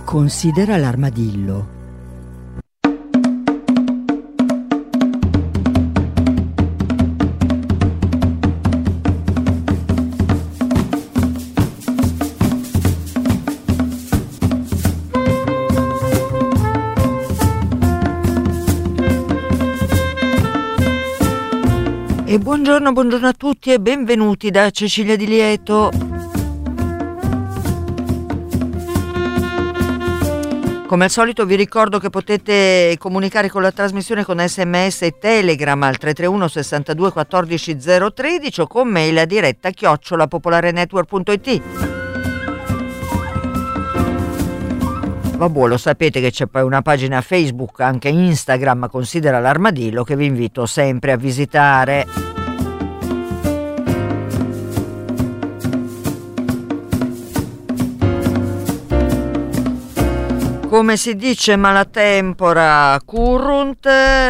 Considera l'armadillo. E buongiorno a tutti e benvenuti da Cecilia Di Lieto. Come al solito vi ricordo che potete comunicare con la trasmissione con SMS e Telegram al 331 62 14 013 o con mail a diretta @popolarenetwork.it. Vabbè, lo sapete che c'è poi una pagina Facebook, anche Instagram, Considera l'armadillo, che vi invito sempre a visitare. Come si dice, maltempora currunt.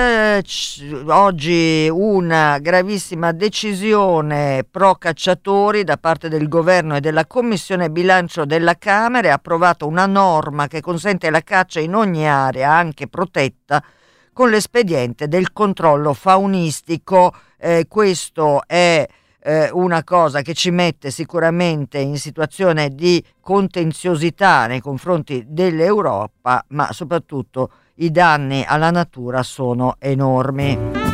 Oggi una gravissima decisione pro cacciatori da parte del governo e della Commissione Bilancio della Camera. Ha approvato una norma che consente la caccia in ogni area, anche protetta, con l'espediente del controllo faunistico. Questo è una cosa che ci mette sicuramente in situazione di contenziosità nei confronti dell'Europa, ma soprattutto i danni alla natura sono enormi.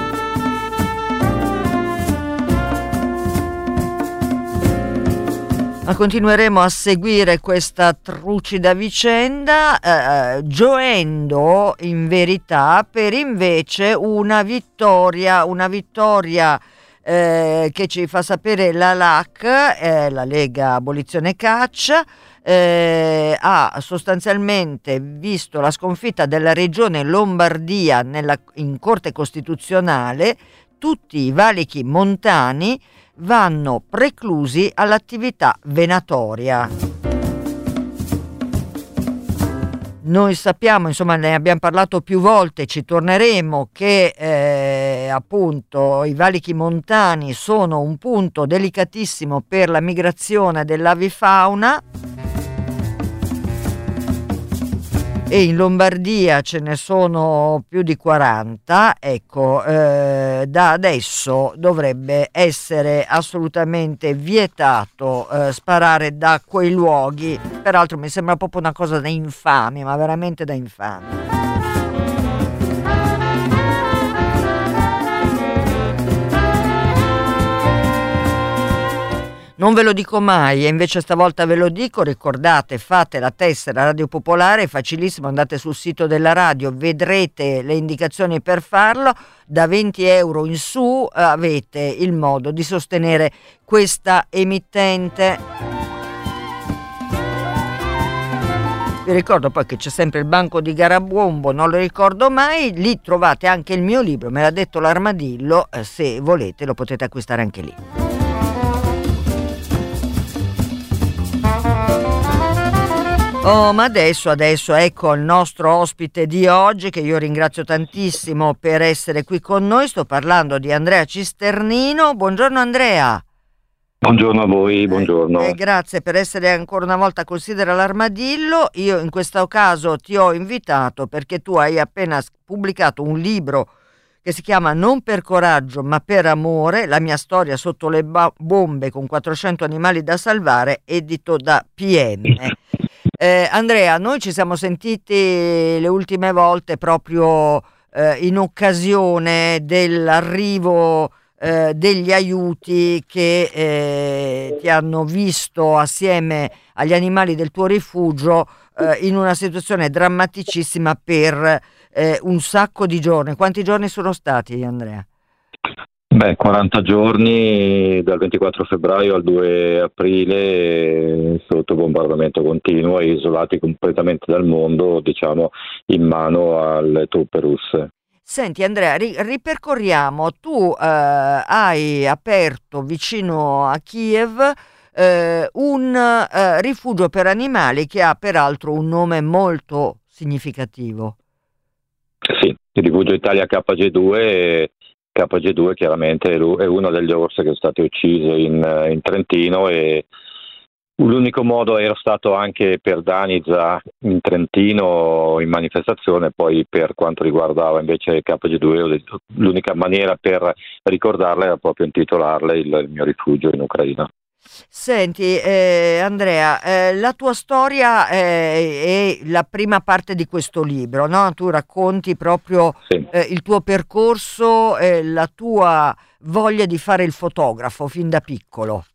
Ma continueremo a seguire questa trucida vicenda, gioendo in verità per invece una vittoria che ci fa sapere la LAC, la Lega Abolizione Caccia, ha sostanzialmente visto la sconfitta della regione Lombardia in Corte Costituzionale. Tutti i valichi montani vanno preclusi all'attività venatoria. Noi sappiamo, insomma, ne abbiamo parlato più volte, ci torneremo, che appunto i valichi montani sono un punto delicatissimo per la migrazione dell'avifauna, e in Lombardia ce ne sono più di 40. Ecco, da adesso dovrebbe essere assolutamente vietato sparare da quei luoghi. Peraltro mi sembra proprio una cosa da infami, ma veramente da infami. Non ve lo dico mai e invece stavolta ve lo dico. Ricordate, fate la tessera Radio Popolare, è facilissimo, andate sul sito della radio, vedrete le indicazioni per farlo. Da 20 euro in su avete il modo di sostenere questa emittente. Vi ricordo poi che c'è sempre il banco di Garabombo, non lo ricordo mai, lì trovate anche il mio libro, me l'ha detto l'armadillo, se volete lo potete acquistare anche lì. Oh, ma adesso ecco il nostro ospite di oggi, che io ringrazio tantissimo per essere qui con noi. Sto parlando di Andrea Cisternino. Buongiorno Andrea. Buongiorno a voi, buongiorno. Grazie per essere ancora una volta a Considera l'armadillo. Io in questo caso ti ho invitato perché tu hai appena pubblicato un libro che si chiama Non per coraggio ma per amore, la mia storia sotto le bombe con 400 animali da salvare, edito da PM. Andrea, noi ci siamo sentiti le ultime volte proprio in occasione dell'arrivo degli aiuti che ti hanno visto assieme agli animali del tuo rifugio in una situazione drammaticissima per un sacco di giorni. Quanti giorni sono stati, Andrea? 40 giorni dal 24 febbraio al 2 aprile sotto bombardamento continuo e isolati completamente dal mondo, diciamo, in mano alle truppe russe. Senti Andrea, ripercorriamo, tu hai aperto vicino a Kiev un rifugio per animali che ha peraltro un nome molto significativo. Sì, il rifugio Italia KG2 chiaramente è uno degli orsi che è stato ucciso in Trentino e L'unico modo era stato anche per Danica in Trentino in manifestazione, poi per quanto riguardava invece il KG2 ho detto, l'unica maniera per ricordarla era proprio intitolarle il mio rifugio in Ucraina. Senti, Andrea, la tua storia è la prima parte di questo libro, no? Tu racconti proprio Sì. il tuo percorso, la tua voglia di fare il fotografo fin da piccolo.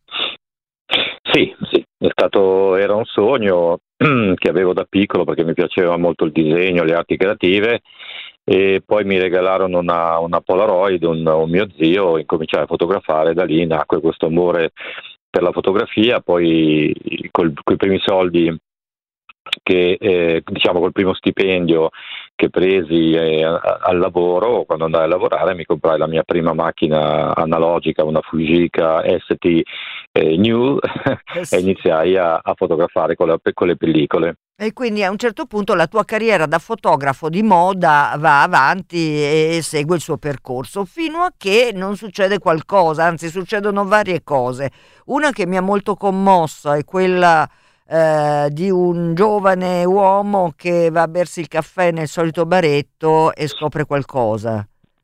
Sì, sì, era un sogno che avevo da piccolo perché mi piaceva molto il disegno, le arti creative e poi mi regalarono una Polaroid, un mio zio, incominciai a fotografare, da lì nacque questo amore per la fotografia, poi coi primi soldi che diciamo col primo stipendio che presi al lavoro, quando andai a lavorare mi comprai la mia prima macchina analogica, una Fujica ST New e Sì. iniziai a fotografare con le pellicole. E quindi a un certo punto la tua carriera da fotografo di moda va avanti e segue il suo percorso, fino a che non succede qualcosa, anzi succedono varie cose. Una che mi ha molto commossa è quella di un giovane uomo che va a bersi il caffè nel solito baretto e scopre qualcosa.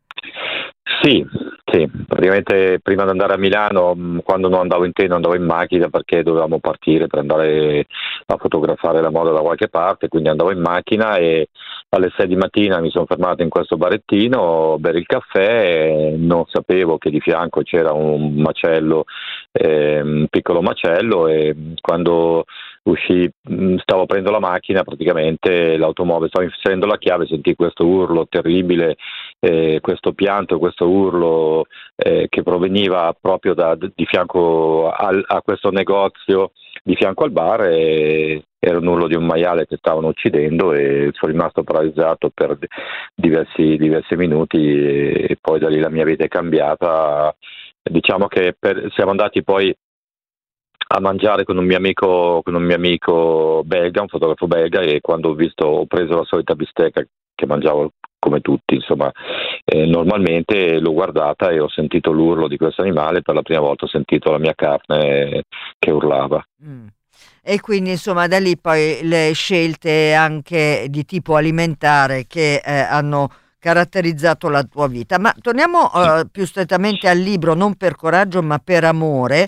Sì, sì, praticamente prima di andare a Milano, quando non andavo in treno, andavo in macchina perché dovevamo partire per andare a fotografare la moda da qualche parte, quindi andavo in macchina e alle 6 di mattina mi sono fermato in questo barettino a bere il caffè, e non sapevo che di fianco c'era un macello, un piccolo macello e quando uscì, stavo aprendo la macchina, praticamente l'automobile, stavo inserendo la chiave, sentii questo urlo terribile, questo pianto, questo urlo che proveniva proprio di fianco a questo negozio, di fianco al bar, e era un urlo di un maiale che stavano uccidendo e sono rimasto paralizzato per diversi minuti e poi da lì la mia vita è cambiata. Diciamo che siamo andati poi a mangiare con un mio amico belga, un fotografo belga, e quando ho preso la solita bistecca che mangiavo come tutti, insomma, normalmente l'ho guardata e ho sentito l'urlo di questo animale, per la prima volta ho sentito la mia carne che urlava. Mm. E quindi insomma da lì poi le scelte anche di tipo alimentare che hanno caratterizzato la tua vita. Ma torniamo più strettamente al libro, non per coraggio ma per amore.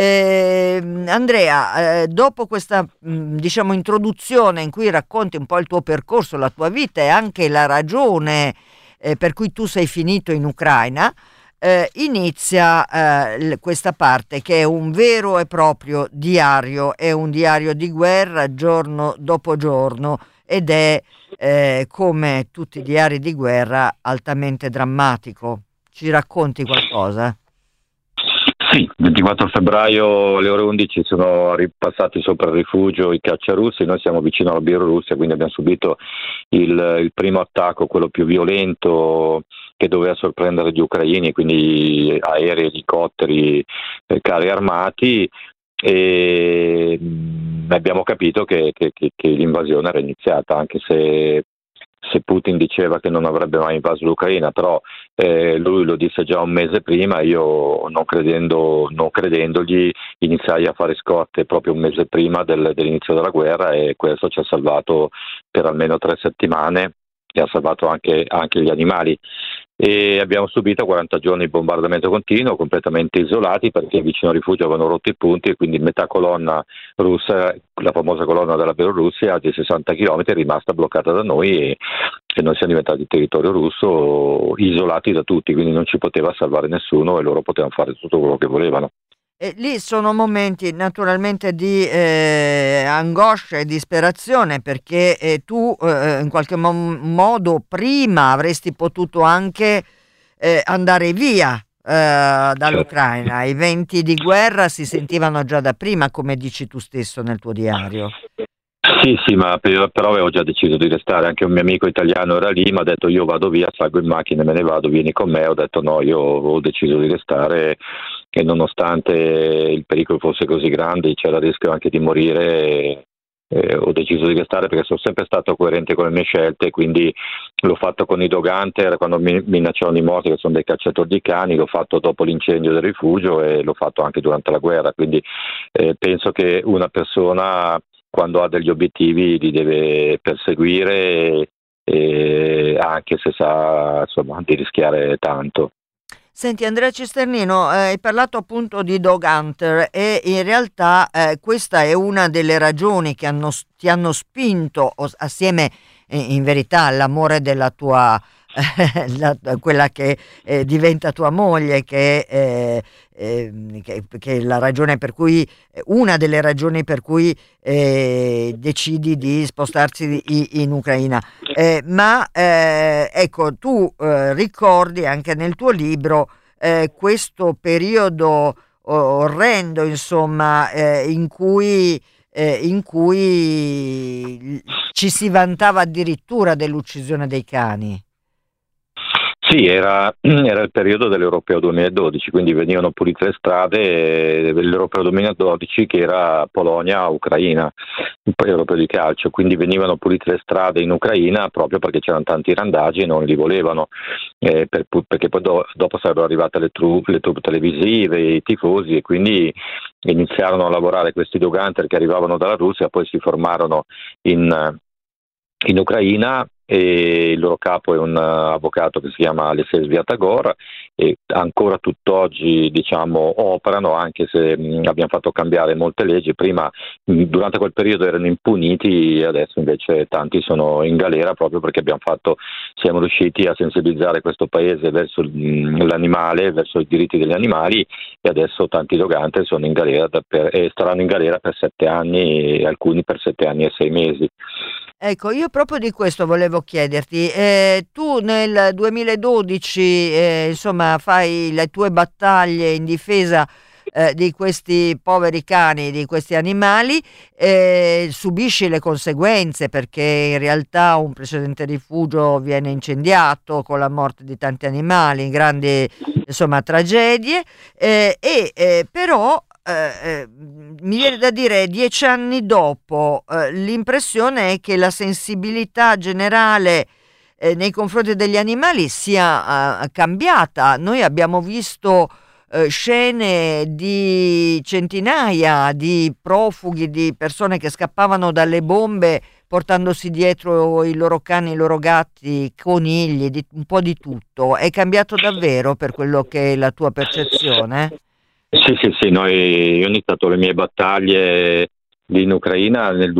Andrea, dopo questa diciamo introduzione in cui racconti un po' il tuo percorso, la tua vita e anche la ragione per cui tu sei finito in Ucraina, inizia questa parte che è un vero e proprio diario, è un diario di guerra giorno dopo giorno ed è come tutti i diari di guerra altamente drammatico. Ci racconti qualcosa? Sì, il 24 febbraio alle ore 11 sono ripassati sopra il rifugio i cacciarussi, noi siamo vicino alla Bielorussia, quindi abbiamo subito il primo attacco, quello più violento, che doveva sorprendere gli ucraini, quindi aerei, elicotteri, carri armati, e abbiamo capito che l'invasione era iniziata, anche se Putin diceva che non avrebbe mai invaso l'Ucraina, però lui lo disse già un mese prima, io non credendogli iniziai a fare scorte proprio un mese prima dell'inizio della guerra, e questo ci ha salvato per almeno 3 settimane e ha salvato anche gli animali. E abbiamo subito 40 giorni di bombardamento continuo, completamente isolati, perché vicino al rifugio avevano rotto i punti e quindi metà colonna russa, la famosa colonna della Bielorussia di 60 km, è rimasta bloccata da noi, e noi siamo diventati territorio russo, isolati da tutti, quindi non ci poteva salvare nessuno e loro potevano fare tutto quello che volevano. E lì sono momenti naturalmente di angoscia e disperazione perché tu in qualche modo prima avresti potuto anche andare via Certo. dall'Ucraina. I venti di guerra si sentivano già da prima, come dici tu stesso nel tuo diario. Sì, sì, ma però avevo già deciso di restare, anche un mio amico italiano era lì, mi ha detto io vado via, salgo in macchina e me ne vado, vieni con me, ho detto no, io ho deciso di restare e nonostante il pericolo fosse così grande, c'era il rischio anche di morire, ho deciso di restare perché sono sempre stato coerente con le mie scelte, quindi l'ho fatto con i Dog Hunter quando mi minacciavano di morte, che sono dei cacciatori di cani, l'ho fatto dopo l'incendio del rifugio e l'ho fatto anche durante la guerra, quindi penso che una persona quando ha degli obiettivi li deve perseguire, anche se sa, insomma, di rischiare tanto. Senti Andrea Cisternino, hai parlato appunto di Dog Hunter e in realtà questa è una delle ragioni che ti hanno spinto, assieme in verità all'amore della tua, quella che diventa tua moglie, che è la ragione per cui, una delle ragioni per cui decidi di spostarsi in Ucraina. Ma ecco, tu ricordi anche nel tuo libro questo periodo orrendo, insomma, in cui ci si vantava addirittura dell'uccisione dei cani. Sì, era il periodo dell'Europeo 2012, quindi venivano pulite le strade dell'Europeo 2012 che era Polonia-Ucraina, il europeo di calcio, quindi venivano pulite le strade in Ucraina proprio perché c'erano tanti randagi e non li volevano, perché poi dopo sarebbero arrivate le truppe televisive, i tifosi, e quindi iniziarono a lavorare questi Dog Hunter che arrivavano dalla Russia, poi si formarono in Ucraina, e il loro capo è un avvocato che si chiama Alexei Sviatogor, e ancora tutt'oggi, diciamo, operano, anche se abbiamo fatto cambiare molte leggi. Prima, durante quel periodo, erano impuniti e adesso invece tanti sono in galera proprio perché siamo riusciti a sensibilizzare questo paese verso l'animale, verso i diritti degli animali, e adesso tanti Dog Hunter sono in galera e staranno in galera per 7 anni, e alcuni per 7 anni e 6 mesi. Ecco, io proprio di questo volevo chiederti. Tu nel 2012, insomma, fai le tue battaglie in difesa di questi poveri cani, di questi animali, subisci le conseguenze perché in realtà un precedente rifugio viene incendiato con la morte di tanti animali, grandi, insomma, tragedie, però mi viene da dire 10 anni dopo, l'impressione è che la sensibilità generale nei confronti degli animali sia cambiata. Noi abbiamo visto scene di centinaia di profughi, di persone che scappavano dalle bombe portandosi dietro i loro cani, i loro gatti, conigli, un po' di tutto. È cambiato davvero per quello che è la tua percezione? Sì, io ho iniziato le mie battaglie lì in Ucraina nel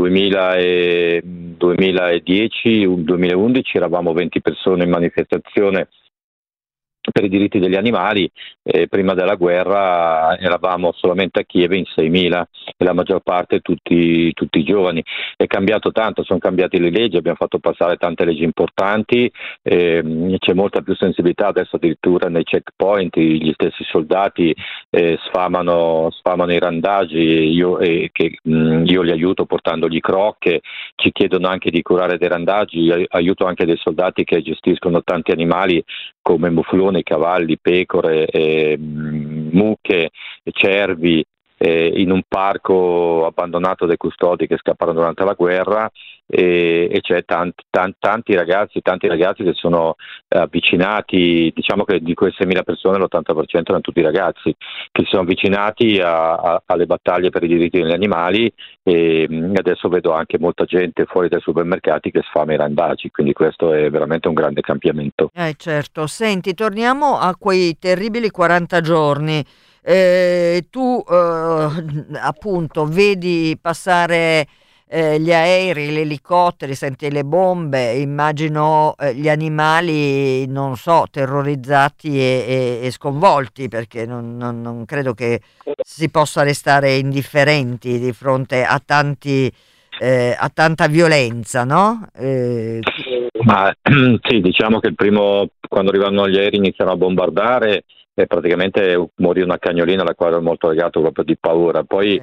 2010-2011, eravamo 20 persone in manifestazione per i diritti degli animali. Prima della guerra eravamo solamente a Kiev in 6.000 e la maggior parte tutti giovani. È cambiato tanto, sono cambiate le leggi, abbiamo fatto passare tante leggi importanti, c'è molta più sensibilità adesso, addirittura nei checkpoint gli stessi soldati sfamano i randagi, io li aiuto portandogli crocche, ci chiedono anche di curare dei randagi, aiuto anche dei soldati che gestiscono tanti animali come mufloni, cavalli, pecore, mucche, cervi, in un parco abbandonato dai custodi che scapparono durante la guerra, e c'è tanti ragazzi che sono avvicinati. Diciamo che di queste 6.000 persone l'80% erano tutti ragazzi che si sono avvicinati alle battaglie per i diritti degli animali, e adesso vedo anche molta gente fuori dai supermercati che sfama i randagi, quindi questo è veramente un grande cambiamento. Certo. Senti, torniamo a quei terribili 40 giorni. Tu appunto vedi passare gli aerei, gli elicotteri, senti le bombe, immagino gli animali, non so, terrorizzati e sconvolti, perché non credo che si possa restare indifferenti di fronte a tanta violenza, no? Ma sì, diciamo che quando arrivano gli aerei iniziano a bombardare, praticamente morì una cagnolina alla quale ero molto legato proprio di paura. Poi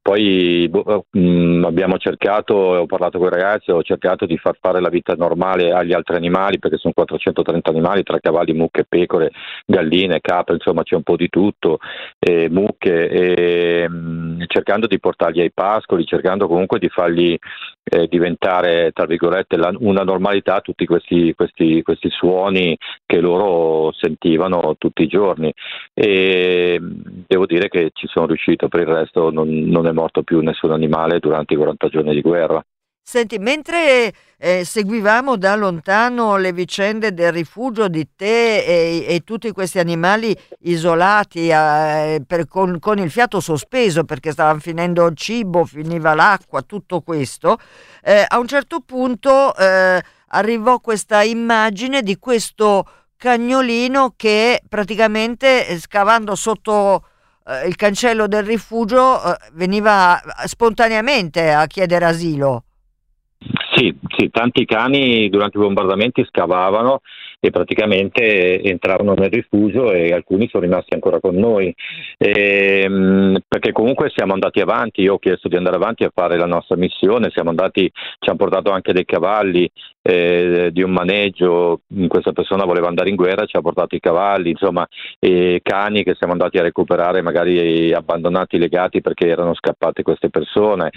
Poi abbiamo cercato, ho parlato con i ragazzi, ho cercato di far fare la vita normale agli altri animali, perché sono 430 animali tra cavalli, mucche, pecore, galline, capre, insomma c'è un po' di tutto, mucche, cercando di portarli ai pascoli, cercando comunque di fargli diventare, tra virgolette, una normalità tutti questi suoni che loro sentivano tutti i giorni, e devo dire che ci sono riuscito. Per il resto non è morto più nessun animale durante i 40 giorni di guerra. Senti, mentre seguivamo da lontano le vicende del rifugio di te e tutti questi animali isolati con il fiato sospeso perché stavano finendo il cibo, finiva l'acqua, tutto questo, a un certo punto arrivò questa immagine di questo cagnolino che praticamente scavando sotto il cancello del rifugio veniva spontaneamente a chiedere asilo. Sì, tanti cani durante i bombardamenti scavavano e praticamente entravano nel rifugio, e alcuni sono rimasti ancora con noi, perché comunque siamo andati avanti. Io ho chiesto di andare avanti a fare la nostra missione, ci hanno portato anche dei cavalli di un maneggio. Questa persona voleva andare in guerra, ci ha portato i cavalli, insomma, cani che siamo andati a recuperare, magari abbandonati, legati perché erano scappate queste persone,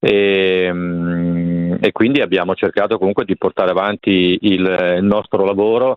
e quindi abbiamo cercato comunque di portare avanti il nostro lavoro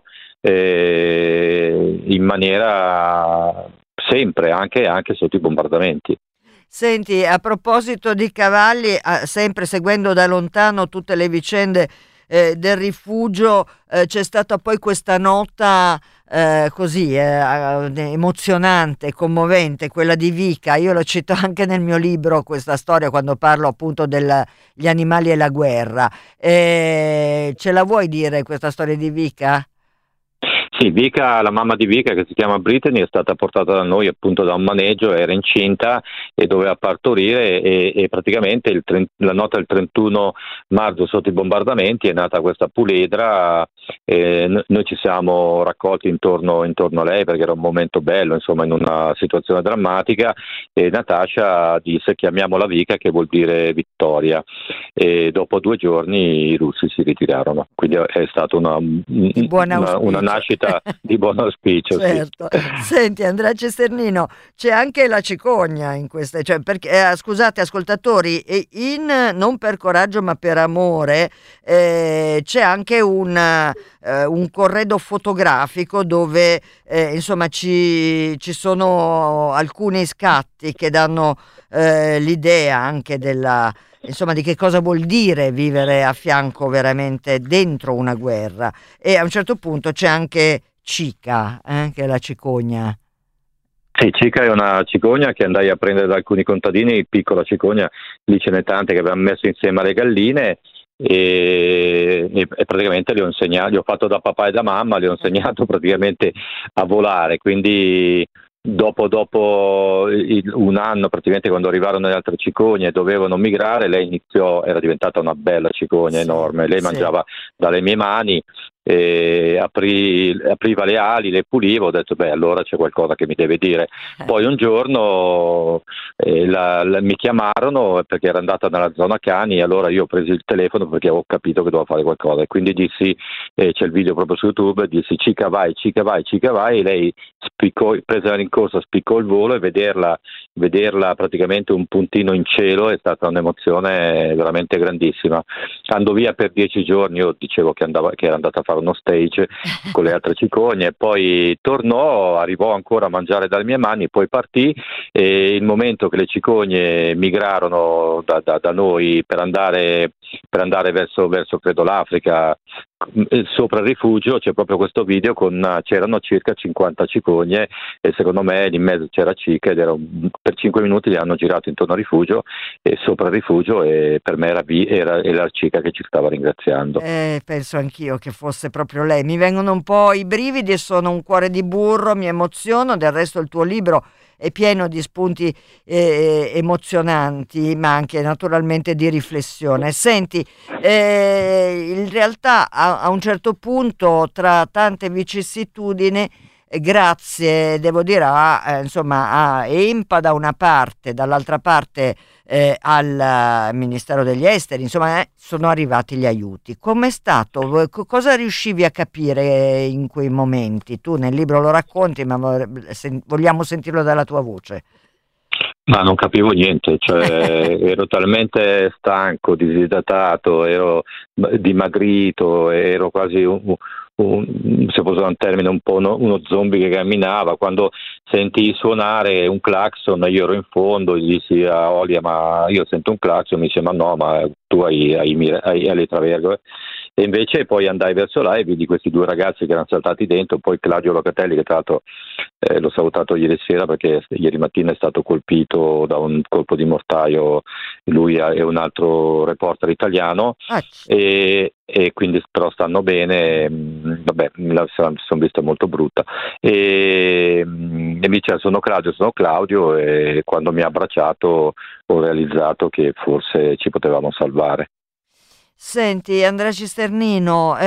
in maniera sempre, anche sotto i bombardamenti. Senti, a proposito di cavalli, sempre seguendo da lontano tutte le vicende del rifugio, c'è stata poi questa nota così emozionante, commovente, quella di Vika. Io lo cito anche nel mio libro questa storia quando parlo appunto degli animali e la guerra. Ce la vuoi dire questa storia di Vika? Sì, Vika, la mamma di Vika, che si chiama Brittany, è stata portata da noi appunto da un maneggio, era incinta e doveva partorire, e praticamente la notte del 31 marzo sotto i bombardamenti è nata questa puledra. Noi ci siamo raccolti intorno a lei perché era un momento bello, insomma, in una situazione drammatica, e Natasha disse: chiamiamola Vika, che vuol dire vittoria, e dopo 2 giorni i russi si ritirarono, quindi è stata una nascita di buon auspicio. Certo. Sì. Senti, Andrea Cesternino, c'è anche la cicogna in queste, cioè perché scusate ascoltatori, in Non per coraggio ma per amore c'è anche un corredo fotografico dove insomma ci sono alcuni scatti che danno l'idea anche insomma, di che cosa vuol dire vivere a fianco veramente dentro una guerra. E a un certo punto c'è anche Cica, che è la cicogna. Sì, Cica è una cicogna che andai a prendere da alcuni contadini, piccola cicogna, lì ce n'è tante, che avevamo messo insieme alle galline, e praticamente li ho fatto da papà e da mamma, li ho insegnato praticamente a volare, quindi dopo un anno, praticamente, quando arrivarono le altre cicogne e dovevano migrare, lei era diventata una bella cicogna, sì, enorme. Lei mangiava dalle mie mani, apriva le ali, le puliva. Ho detto: beh, allora c'è qualcosa che mi deve dire. Poi un giorno mi chiamarono perché era andata nella zona cani, e allora io ho preso il telefono perché avevo capito che doveva fare qualcosa, e quindi dissi, c'è il video proprio su YouTube, dissi: Cica vai, Cica vai, Cica vai, e lei prese la rincorsa, spiccò il volo, e vederla praticamente un puntino in cielo è stata un'emozione veramente grandissima. Andò via per 10 giorni, io dicevo che era andata a fare uno stage con le altre cicogne, poi tornò, arrivò ancora a mangiare dalle mie mani, poi partì, e il momento che le cicogne migrarono da noi per andare verso credo l'Africa, sopra il rifugio c'è proprio questo video c'erano circa 50 cicogne, e secondo me in mezzo c'era Cica, ed per 5 minuti li hanno girato intorno al rifugio e sopra il rifugio, e per me era la Cica che ci stava ringraziando. Penso anch'io che fosse proprio lei. Mi vengono un po' i brividi e sono un cuore di burro, mi emoziono. Del resto il tuo libro è pieno di spunti emozionanti, ma anche naturalmente di riflessione. Senti, in realtà a un certo punto, tra tante vicissitudini, grazie, devo dire, a EMPA da una parte, dall'altra parte al Ministero degli Esteri, insomma, sono arrivati gli aiuti. Com'è stato? Cosa riuscivi a capire in quei momenti? Tu nel libro lo racconti, ma vogliamo sentirlo dalla tua voce. Ma non capivo niente, cioè ero talmente stanco, disidratato, ero dimagrito, ero quasi se fosse un termine, un po' uno zombie che camminava. Quando sentii suonare un clacson, io ero in fondo, gli dissi a Olia: ma io sento un clacson, mi dice: ma no, ma tu hai le traverghe. E invece poi andai verso là e vidi questi due ragazzi che erano saltati dentro, poi Claudio Locatelli, che tra l'altro l'ho salutato ieri sera perché ieri mattina è stato colpito da un colpo di mortaio, lui è un altro reporter italiano, e quindi però stanno bene. Vabbè, la sono vista molto brutta, e mi dice: sono Claudio, e quando mi ha abbracciato ho realizzato che forse ci potevamo salvare. Senti, Andrea Cisternino,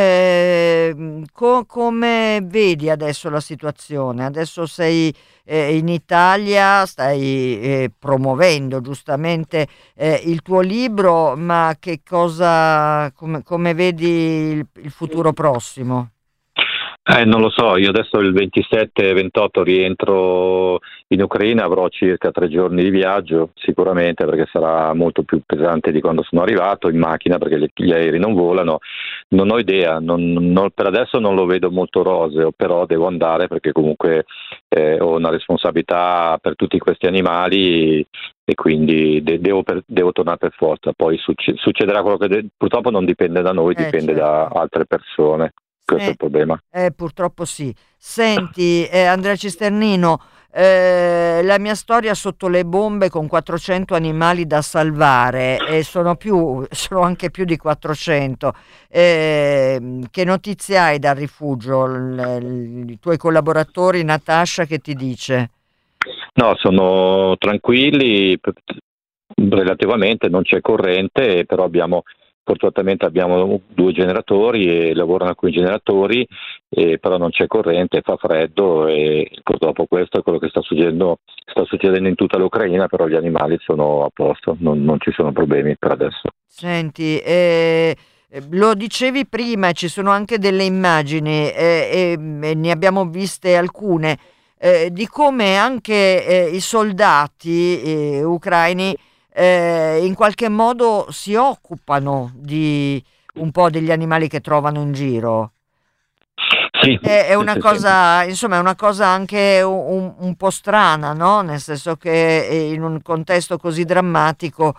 come vedi adesso la situazione? Adesso sei in Italia, stai promuovendo giustamente il tuo libro, ma come vedi il futuro prossimo? Non lo so, io adesso il 27-28 rientro in Ucraina, avrò circa 3 giorni di viaggio sicuramente, perché sarà molto più pesante di quando sono arrivato in macchina, perché gli aerei non volano. Non ho idea, per adesso non lo vedo molto roseo, però devo andare perché comunque ho una responsabilità per tutti questi animali, e quindi devo tornare per forza. Poi succederà quello che purtroppo non dipende da noi, dipende certo. da altre persone. Questo è il problema. Purtroppo sì. Senti, Andrea Cisternino, la mia storia sotto le bombe con 400 animali da salvare, e sono anche più di 400. Che notizie hai dal rifugio? I tuoi collaboratori, Natascia, che ti dice? No, sono tranquilli relativamente, non c'è corrente, però fortunatamente abbiamo 2 generatori e lavorano con i generatori, però non c'è corrente, fa freddo, e purtroppo questo è quello che sta succedendo in tutta l'Ucraina, però gli animali sono a posto, non ci sono problemi per adesso. Senti, lo dicevi prima, ci sono anche delle immagini, e ne abbiamo viste alcune, di come anche i soldati ucraini in qualche modo si occupano di un po' degli animali che trovano in giro. Sì, È una sì. cosa, insomma, è una cosa anche un po' strana, no? Nel senso che in un contesto così drammatico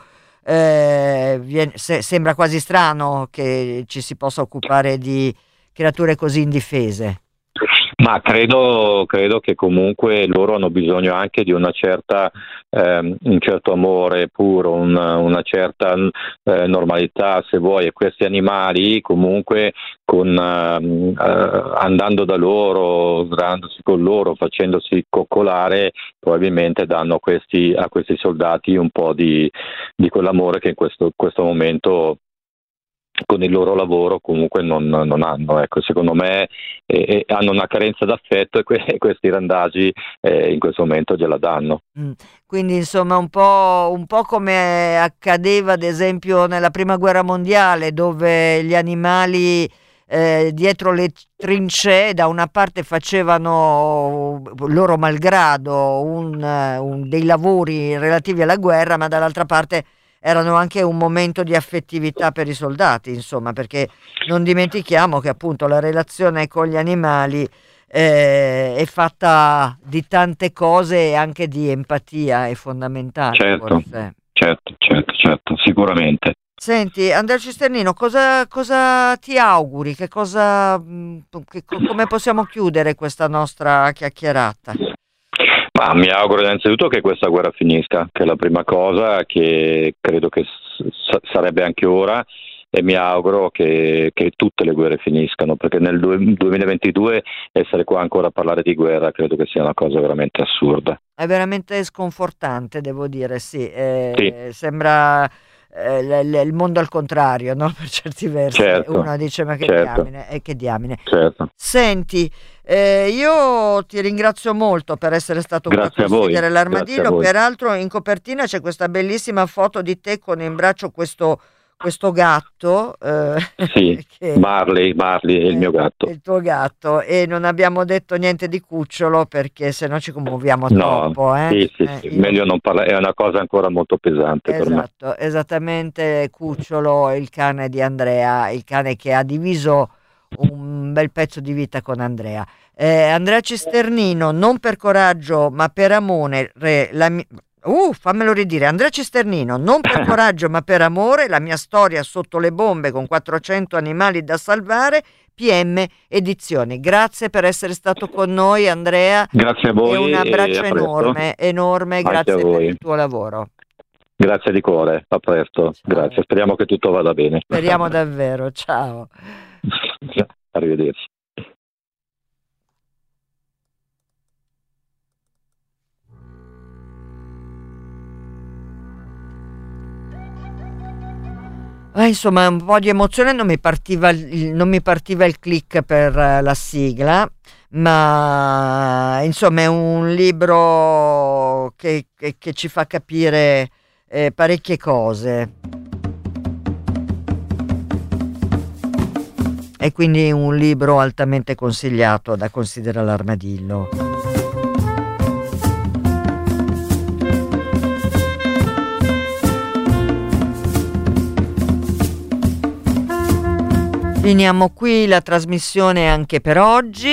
sembra quasi strano che ci si possa occupare di creature così indifese. Ma credo che comunque loro hanno bisogno anche di una certa, un certo amore puro, una certa normalità, se vuoi, e questi animali comunque andando da loro, sgrandosi con loro, facendosi coccolare, probabilmente danno a questi soldati un po' di quell'amore che in questo momento con il loro lavoro comunque non hanno. Ecco, secondo me hanno una carenza d'affetto, e questi randagi in questo momento gliela danno. Quindi insomma un po' come accadeva ad esempio nella Prima Guerra Mondiale, dove gli animali dietro le trincee da una parte facevano loro malgrado dei lavori relativi alla guerra, ma dall'altra parte erano anche un momento di affettività per i soldati, insomma, perché non dimentichiamo che appunto la relazione con gli animali è fatta di tante cose, e anche di empatia, è fondamentale. Certo, forse. certo, sicuramente. Senti, Andrea Cisternino, cosa ti auguri? Come possiamo chiudere questa nostra chiacchierata? Ma mi auguro innanzitutto che questa guerra finisca, che è la prima cosa, che credo che sarebbe anche ora, e mi auguro che tutte le guerre finiscano, perché nel 2022 essere qua ancora a parlare di guerra credo che sia una cosa veramente assurda. È veramente sconfortante, devo dire, sì. Sì. Sembra il mondo al contrario, no? Per certi versi. Certo, Uno dice ma che certo. diamine, che diamine. Certo. Senti, io ti ringrazio molto per essere stato qua Grazie a a voi, consigliere grazie l'armadillo. a voi. Peraltro in copertina c'è questa bellissima foto di te con in braccio questo gatto, Sì, che Marley è il mio gatto. è il tuo gatto, e non abbiamo detto niente di cucciolo perché sennò ci commuoviamo No, troppo, sì, io- meglio non parlare, è una cosa ancora molto pesante per me. Esatto, esattamente. Cucciolo, il cane di Andrea, il cane che ha diviso un bel pezzo di vita con Andrea. Andrea Cisternino, non per coraggio ma per amore, fammelo ridire. Andrea Cisternino, non per coraggio ma per amore, la mia storia sotto le bombe con 400 animali da salvare, PM Edizioni. Grazie per essere stato con noi, Andrea, Grazie a voi e un abbraccio e a presto. enorme, Anche a grazie per voi. il tuo lavoro. Grazie di cuore, a presto. Ciao. Grazie, speriamo che tutto vada bene. Speriamo davvero, ciao. Arrivederci. Insomma, un po' di emozione, non mi partiva il click per la sigla, ma insomma è un libro che ci fa capire parecchie cose. E quindi un libro altamente consigliato da Considera l'armadillo. Finiamo qui la trasmissione anche per oggi.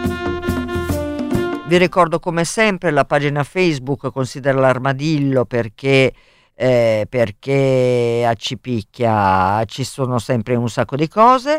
Vi ricordo come sempre la pagina Facebook Considera l'armadillo perché a Cipicchia ci sono sempre un sacco di cose.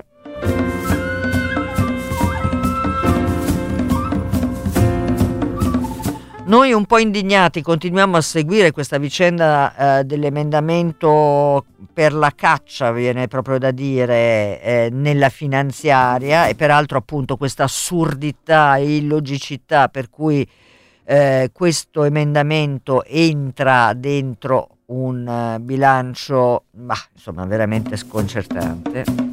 Noi un po' indignati continuiamo a seguire questa vicenda dell'emendamento per la caccia, viene proprio da dire, nella finanziaria, e peraltro appunto questa assurdità e illogicità per cui questo emendamento entra dentro un bilancio, insomma, veramente sconcertante.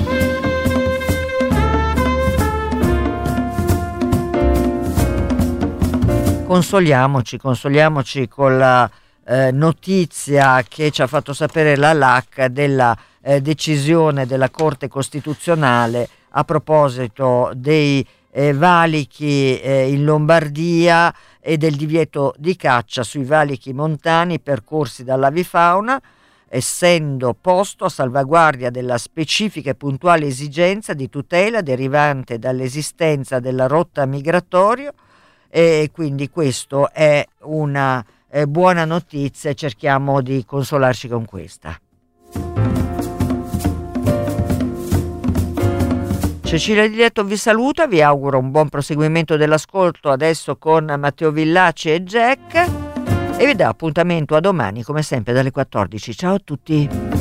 Consoliamoci con la notizia che ci ha fatto sapere la LAC della decisione della Corte Costituzionale a proposito dei valichi in Lombardia e del divieto di caccia sui valichi montani percorsi dall'avifauna, essendo posto a salvaguardia della specifica e puntuale esigenza di tutela derivante dall'esistenza della rotta migratoria. E quindi questo è una buona notizia e cerchiamo di consolarci con questa. Cecilia Di Letto vi saluta, vi auguro un buon proseguimento dell'ascolto adesso con Matteo Villaci e Jack, e vi do appuntamento a domani come sempre dalle 14. Ciao a tutti.